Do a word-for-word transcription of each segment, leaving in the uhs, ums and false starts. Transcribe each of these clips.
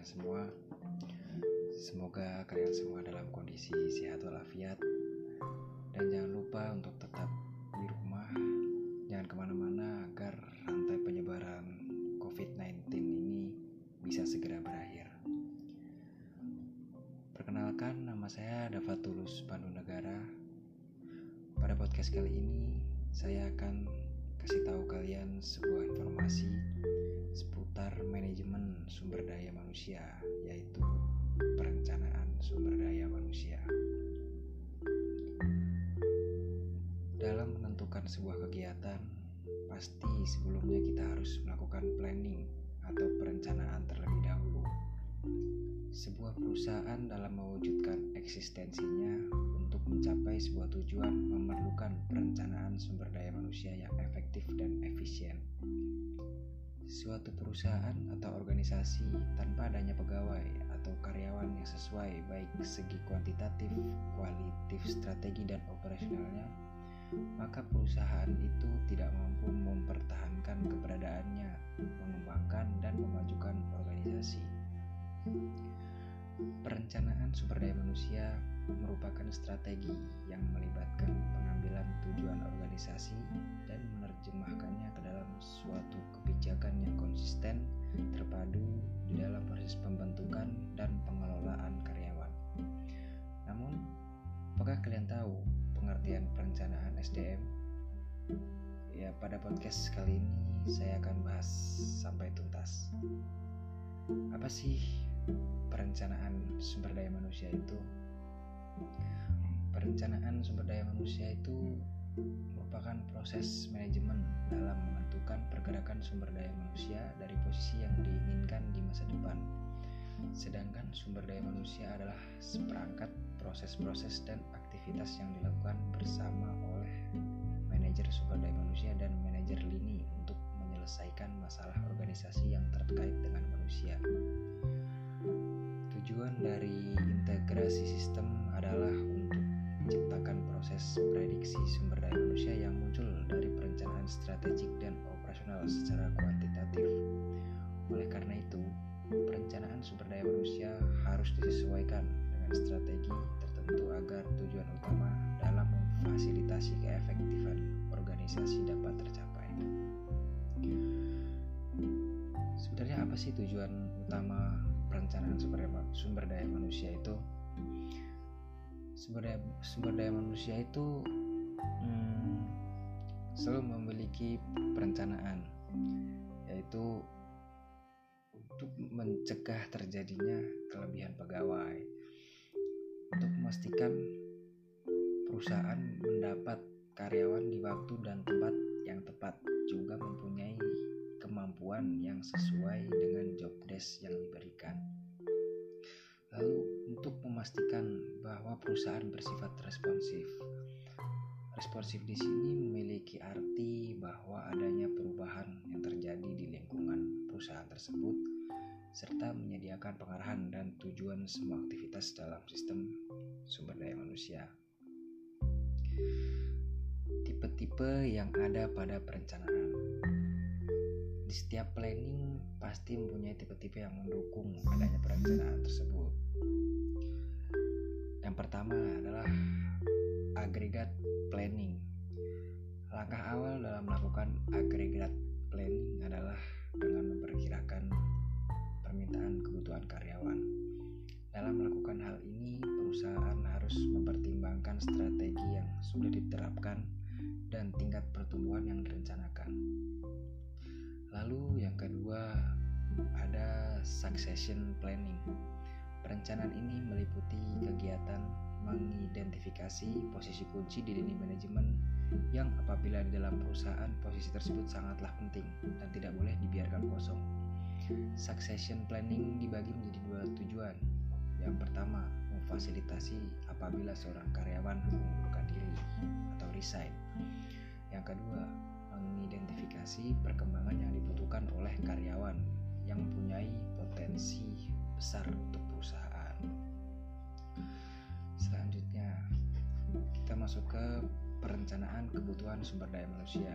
semua. Semoga kalian semua dalam kondisi sehat walafiat. Dan jangan lupa untuk tetap di rumah. Jangan kemana-mana agar rantai penyebaran covid sembilan belas ini bisa segera berakhir. Perkenalkan, nama saya Davatulus Pandu Negara. Pada podcast kali ini, saya akan kasih tahu kalian sebuah informasi seputar manajemen sumber daya manusia, yaitu perencanaan sumber daya manusia. Dalam menentukan sebuah kegiatan, pasti sebelumnya kita harus melakukan planning atau perencanaan terlebih dahulu. Sebuah perusahaan dalam mewujudkan eksistensinya untuk mencapai sebuah tujuan memerlukan perencanaan sumber daya manusia yang efektif dan efisien. Suatu perusahaan atau organisasi tanpa adanya pegawai atau karyawan yang sesuai baik segi kuantitatif, kualitatif, strategi, dan operasionalnya, maka perusahaan itu tidak mampu mempertahankan keberadaannya, mengembangkan dan memajukan organisasi. Perencanaan sumber daya manusia merupakan strategi yang melibatkan pengambilan tujuan organisasi dan menerjemahkannya ke dalam suatu kebijakan yang konsisten, terpadu di dalam proses pembentukan dan pengelolaan karyawan. Namun, apakah kalian tahu pengertian perencanaan S D M? Ya, pada podcast kali ini saya akan bahas sampai tuntas. Apa sih perencanaan sumber daya manusia itu? Perencanaan sumber daya manusia itu merupakan proses manajemen dalam menentukan pergerakan sumber daya manusia dari posisi yang diinginkan di masa depan. Sedangkan sumber daya manusia adalah seperangkat proses-proses dan aktivitas yang dilakukan bersama oleh manajer sumber daya manusia dan manajer lini untuk menyelesaikan masalah organisasi yang terkait dengan manusia. Tujuan dari integrasi sistem adalah untuk menciptakan proses prediksi sumber daya manusia yang muncul dari perencanaan strategik dan operasional secara kuantitatif. Oleh karena itu, perencanaan sumber daya manusia harus disesuaikan dengan strategi tertentu agar tujuan utama dalam memfasilitasi keefektifan organisasi dapat tercapai. Sebenarnya apa sih tujuan utama perencanaan sumber daya, sumber daya manusia itu? Sumber daya, sumber daya manusia itu hmm, selalu memiliki perencanaan, yaitu untuk mencegah terjadinya kelebihan pegawai, untuk memastikan perusahaan mendapat karyawan di waktu dan tempat yang tepat, juga mempunyai kemampuan yang sesuai dengan job desk yang diberikan. Lalu untuk memastikan bahwa perusahaan bersifat responsif. Responsif di sini memiliki arti bahwa adanya perubahan yang terjadi di lingkungan perusahaan tersebut serta menyediakan pengarahan dan tujuan semua aktivitas dalam sistem sumber daya manusia. Tipe-tipe yang ada pada perencanaan. Di setiap planning pasti mempunyai tipe-tipe yang mendukung adanya perencanaan tersebut. Yang pertama adalah agregat planning. Langkah awal dalam melakukan agregat planning adalah dengan memperkirakan permintaan kebutuhan karyawan. Dalam melakukan hal ini, perusahaan harus mempertimbangkan strategi yang sudah diterapkan dan tingkat pertumbuhan yang direncanakan. Lalu yang kedua ada succession planning. Perencanaan ini meliputi kegiatan mengidentifikasi posisi kunci di lini manajemen yang apabila di dalam perusahaan posisi tersebut sangatlah penting dan tidak boleh dibiarkan kosong. Succession planning dibagi menjadi dua tujuan. Yang pertama, memfasilitasi apabila seorang karyawan mengundurkan diri atau resign. Yang kedua, mengidentifikasi perkembangan yang dibutuhkan oleh karyawan yang mempunyai potensi besar untuk perusahaan. Selanjutnya, kita masuk ke perencanaan kebutuhan sumber daya manusia.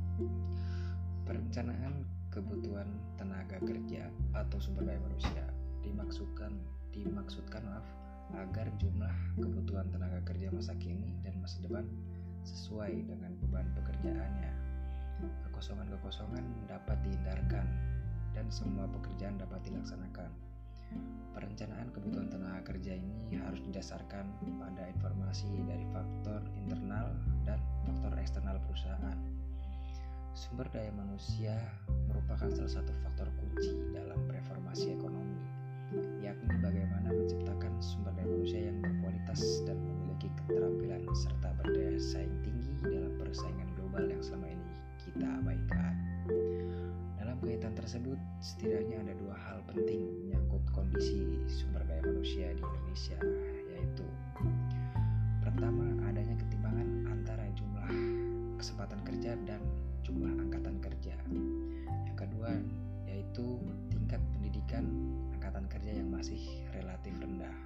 Perencanaan kebutuhan tenaga kerja atau sumber daya manusia dimaksudkan dimaksudkan maaf agar jumlah kebutuhan tenaga kerja masa kini dan masa depan sesuai dengan beban pekerjaannya. Kekosongan-kekosongan dapat dihindarkan dan semua pekerjaan dapat dilaksanakan. Perencanaan kebutuhan tenaga kerja ini harus didasarkan pada informasi dari faktor internal dan faktor eksternal perusahaan. Sumber daya manusia merupakan salah satu faktor kunci dalam reformasi ekonomi, yakni bagaimana menciptakan sumber daya manusia yang berkualitas dan memiliki keterampilan serta berdaya saing tinggi dalam persaingan global yang selama ini kita abaikan. Dalam kaitan tersebut, setidaknya ada dua hal penting menyangkut kondisi sumber daya manusia di Indonesia, yaitu pertama, adanya ketimpangan antara jumlah kesempatan kerja dan jumlah angkatan kerja. Yang kedua, yaitu tingkat pendidikan angkatan kerja yang masih relatif rendah.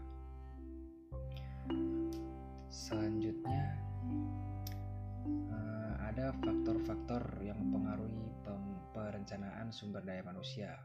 Selanjutnya, ada faktor-faktor yang mempengaruhi perencanaan sumber daya manusia.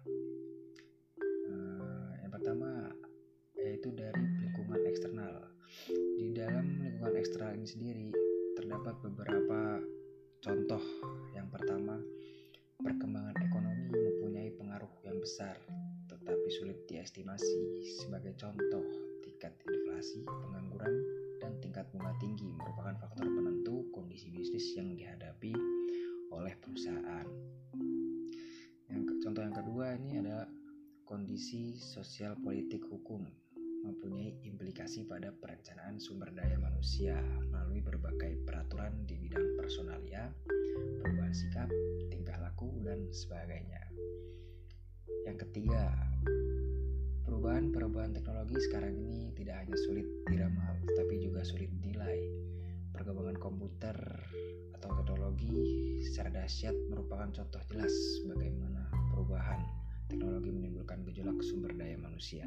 Yang pertama, yaitu dari lingkungan eksternal. Di dalam lingkungan eksternal ini sendiri terdapat beberapa contoh. Yang pertama, perkembangan ekonomi mempunyai pengaruh yang besar tetapi sulit diestimasi. Sebagai contoh, tingkat inflasi, pengangguran, dan tingkat bunga tinggi merupakan faktor penentu kondisi bisnis yang dihadapi oleh perusahaan. Yang contoh yang kedua ini ada kondisi sosial politik hukum mempunyai implikasi pada perencanaan sumber daya manusia melalui berbagai peraturan di bidang personalia, perubahan sikap, tingkah laku, dan sebagainya. Yang ketiga, perubahan-perubahan teknologi sekarang ini tidak hanya sulit diramal, tetapi juga sulit dinilai. Perkembangan komputer atau teknologi secara dahsyat merupakan contoh jelas bagaimana perubahan teknologi menimbulkan gejolak sumber daya manusia.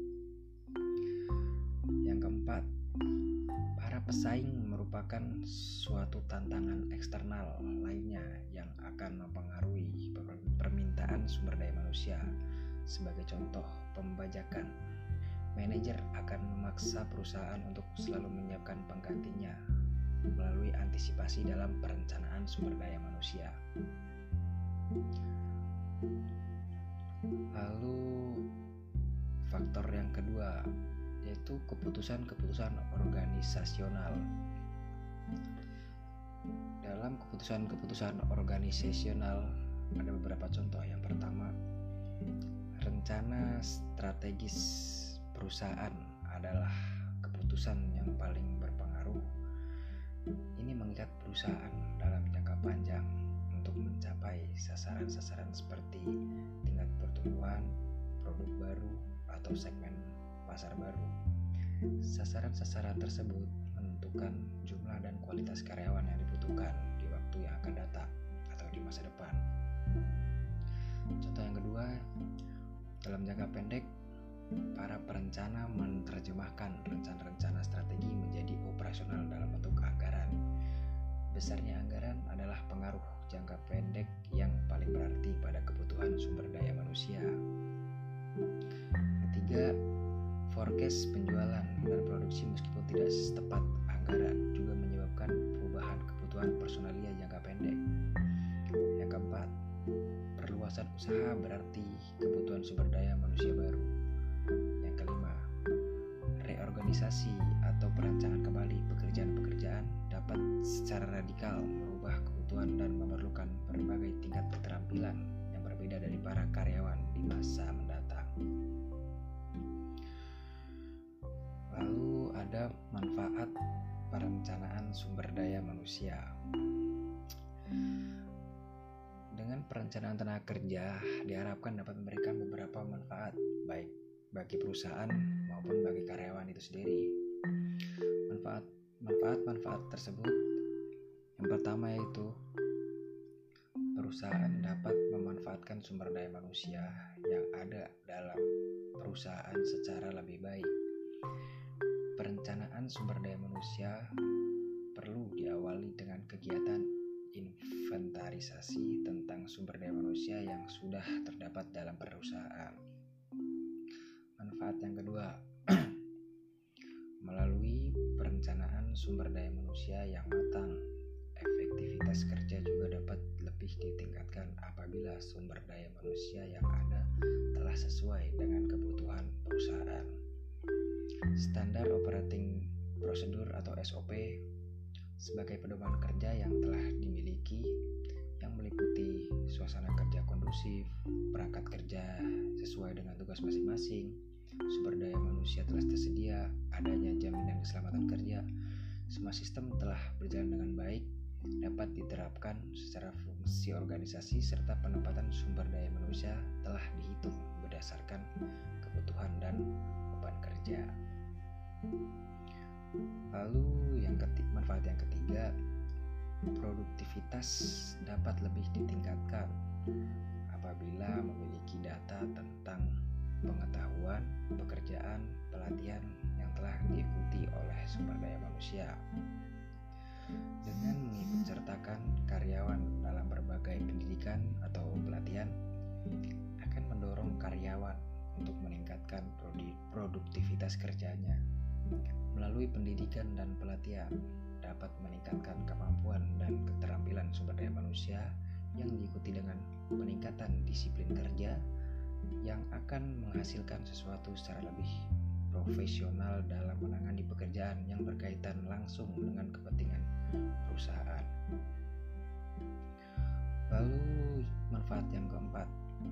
Yang keempat, para pesaing merupakan suatu tantangan eksternal lainnya yang akan mempengaruhi permintaan sumber daya manusia. Sebagai contoh, pembajakan. Manajer akan memaksa perusahaan untuk selalu menyiapkan penggantinya melalui antisipasi dalam perencanaan sumber daya manusia. Lalu faktor yang kedua yaitu keputusan-keputusan organisasional. Dalam keputusan-keputusan organisasional ada beberapa contoh. Yang pertama, rencana strategis perusahaan adalah keputusan yang paling berpengaruh. Ini mengikat perusahaan dalam jangka panjang untuk mencapai sasaran-sasaran seperti tingkat pertumbuhan, produk baru, atau segmen pasar baru. Sasaran-sasaran tersebut menentukan jumlah dan kualitas karyawan yang dibutuhkan di waktu yang akan datang atau di masa depan. Contoh yang kedua, dalam jangka pendek, para perencana menerjemahkan rencana-rencana strategi menjadi operasional dalam bentuk anggaran. Besarnya anggaran adalah pengaruh jangka pendek yang paling berarti pada kebutuhan sumber daya manusia. Ketiga, forecast penjualan dan produksi meskipun tidak setepat anggaran juga menyebabkan perubahan kebutuhan personalia jangka pendek. Yang keempat, perluasan usaha berarti kebutuhan sumber daya manusia baru. Yang kelima, reorganisasi atau perancangan kembali pekerjaan-pekerjaan dapat secara radikal merubah kebutuhan dan memerlukan berbagai tingkat keterampilan yang berbeda dari para karyawan di masa mendatang. Lalu ada manfaat perencanaan sumber daya manusia. Dengan perencanaan tenaga kerja diharapkan dapat memberikan beberapa manfaat baik bagi perusahaan maupun bagi karyawan itu sendiri. Manfaat manfaat-manfaat tersebut yang pertama yaitu perusahaan dapat memanfaatkan sumber daya manusia yang ada dalam perusahaan secara lebih baik. Perencanaan sumber daya manusia perlu diawali dengan kegiatan inventarisasi tentang sumber daya manusia yang sudah terdapat dalam perusahaan. yang kedua, melalui perencanaan sumber daya manusia yang matang, efektivitas kerja juga dapat lebih ditingkatkan apabila sumber daya manusia yang ada telah sesuai dengan kebutuhan perusahaan. Standar Operating Procedure atau S O P sebagai pedoman kerja yang telah dimiliki, yang meliputi suasana kerja kondusif, perangkat kerja sesuai dengan tugas masing-masing, sumber daya manusia telah tersedia, adanya jaminan keselamatan kerja, semua sistem telah berjalan dengan baik, dapat diterapkan secara fungsi organisasi, serta penempatan sumber daya manusia telah dihitung berdasarkan kebutuhan dan beban kerja. Lalu yang ketiga, manfaat yang ketiga, produktivitas dapat lebih ditingkatkan apabila memiliki data tentang pengetahuan, pekerjaan, pelatihan yang telah diikuti oleh sumber daya manusia. Dengan mengikut sertakan karyawan dalam berbagai pendidikan atau pelatihan, akan mendorong karyawan untuk meningkatkan produktivitas kerjanya. Melalui pendidikan dan pelatihan dapat meningkatkan kemampuan dan keterampilan sumber daya manusia yang diikuti dengan peningkatan disiplin kerja yang akan menghasilkan sesuatu secara lebih profesional dalam menangani pekerjaan yang berkaitan langsung dengan kepentingan perusahaan. Lalu manfaat yang keempat,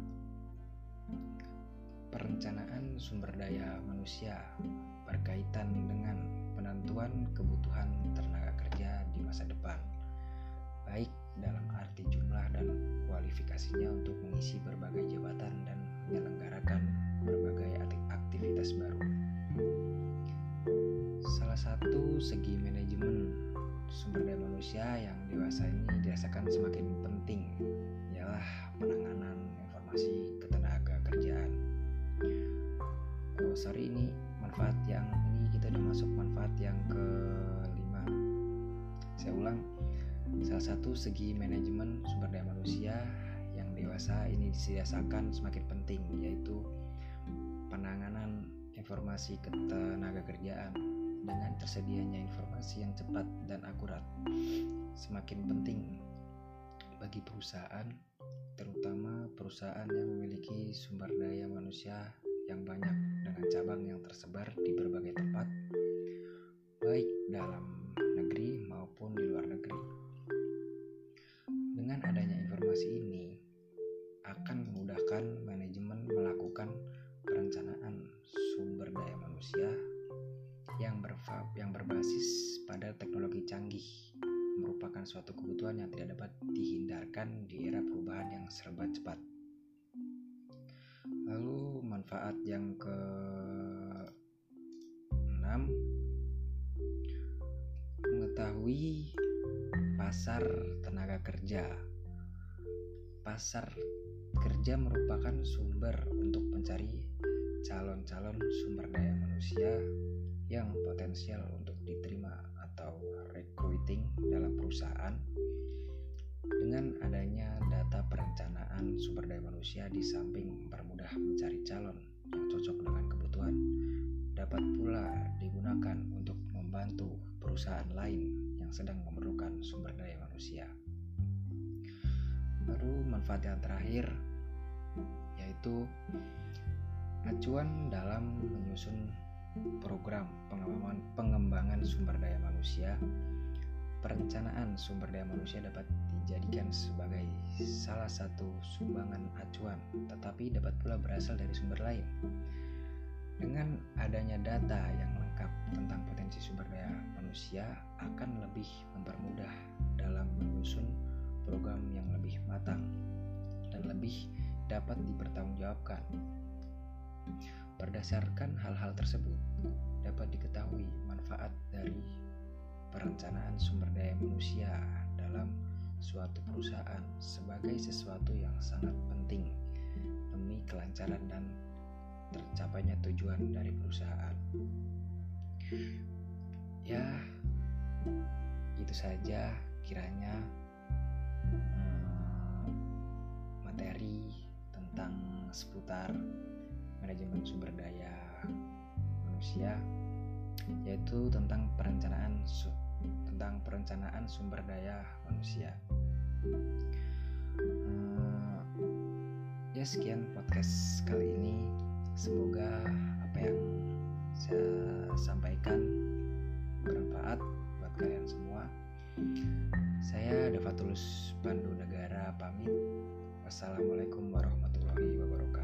perencanaan sumber daya manusia berkaitan dengan penentuan kebutuhan tenaga kerja di masa depan, baik dalam arti jumlah dan kualifikasinya untuk mengisi berbagai jabatan dan menyelenggarakan berbagai aktivitas baru. Salah satu segi manajemen sumber daya manusia yang dewasa ini dirasakan semakin penting ialah penanganan informasi ketenaga kerjaan. Oh sorry ini manfaat yang ini kita udah masuk manfaat yang kelima. Saya ulang, salah satu segi manajemen sumber daya manusia yang dewasa ini dirasakan semakin penting, yaitu penanganan informasi ketenaga kerjaan. Dengan tersedianya informasi yang cepat dan akurat semakin penting bagi perusahaan, terutama perusahaan yang memiliki sumber daya manusia yang banyak dengan cabang yang tersebar di berbagai tempat, baik dalam negeri maupun di luar negeri. Dengan adanya informasi ini akan memudahkan manajemen melakukan perencanaan sumber daya manusia yang, berfa- yang berbasis pada teknologi canggih, merupakan suatu kebutuhan yang tidak dapat dihindarkan di era perubahan yang serba cepat. Lalu manfaat yang keenam, mengetahui pasar tenaga kerja. Pasar kerja merupakan sumber untuk mencari calon-calon sumber daya manusia yang potensial untuk diterima atau recruiting dalam perusahaan. Dengan adanya data perencanaan sumber daya manusia di samping mempermudah mencari calon yang cocok dengan kebutuhan, dapat pula digunakan untuk membantu perusahaan lain yang sedang memerlukan sumber daya manusia. Lalu manfaat yang terakhir yaitu acuan dalam menyusun program pengembangan, pengembangan sumber daya manusia. Perencanaan sumber daya manusia dapat dijadikan sebagai salah satu sumbangan acuan, tetapi dapat pula berasal dari sumber lain. Dengan adanya data yang lengkap tentang potensi sumber daya manusia akan lebih mempermudah dalam menyusun program yang lebih matang dan lebih dapat dipertanggungjawabkan. Berdasarkan hal-hal tersebut, dapat diketahui manfaat dari perencanaan sumber daya manusia dalam suatu perusahaan sebagai sesuatu yang sangat penting demi kelancaran dan tercapainya tujuan dari perusahaan. Ya, itu saja kiranya hmm, materi tentang seputar manajemen sumber daya manusia, yaitu tentang perencanaan tentang perencanaan sumber daya manusia. Hmm, ya sekian podcast kali ini. Semoga apa yang saya sampaikan bermanfaat buat kalian semua. Saya Dafatulus Pandu Negara pamit. Wassalamualaikum warahmatullahi wabarakatuh.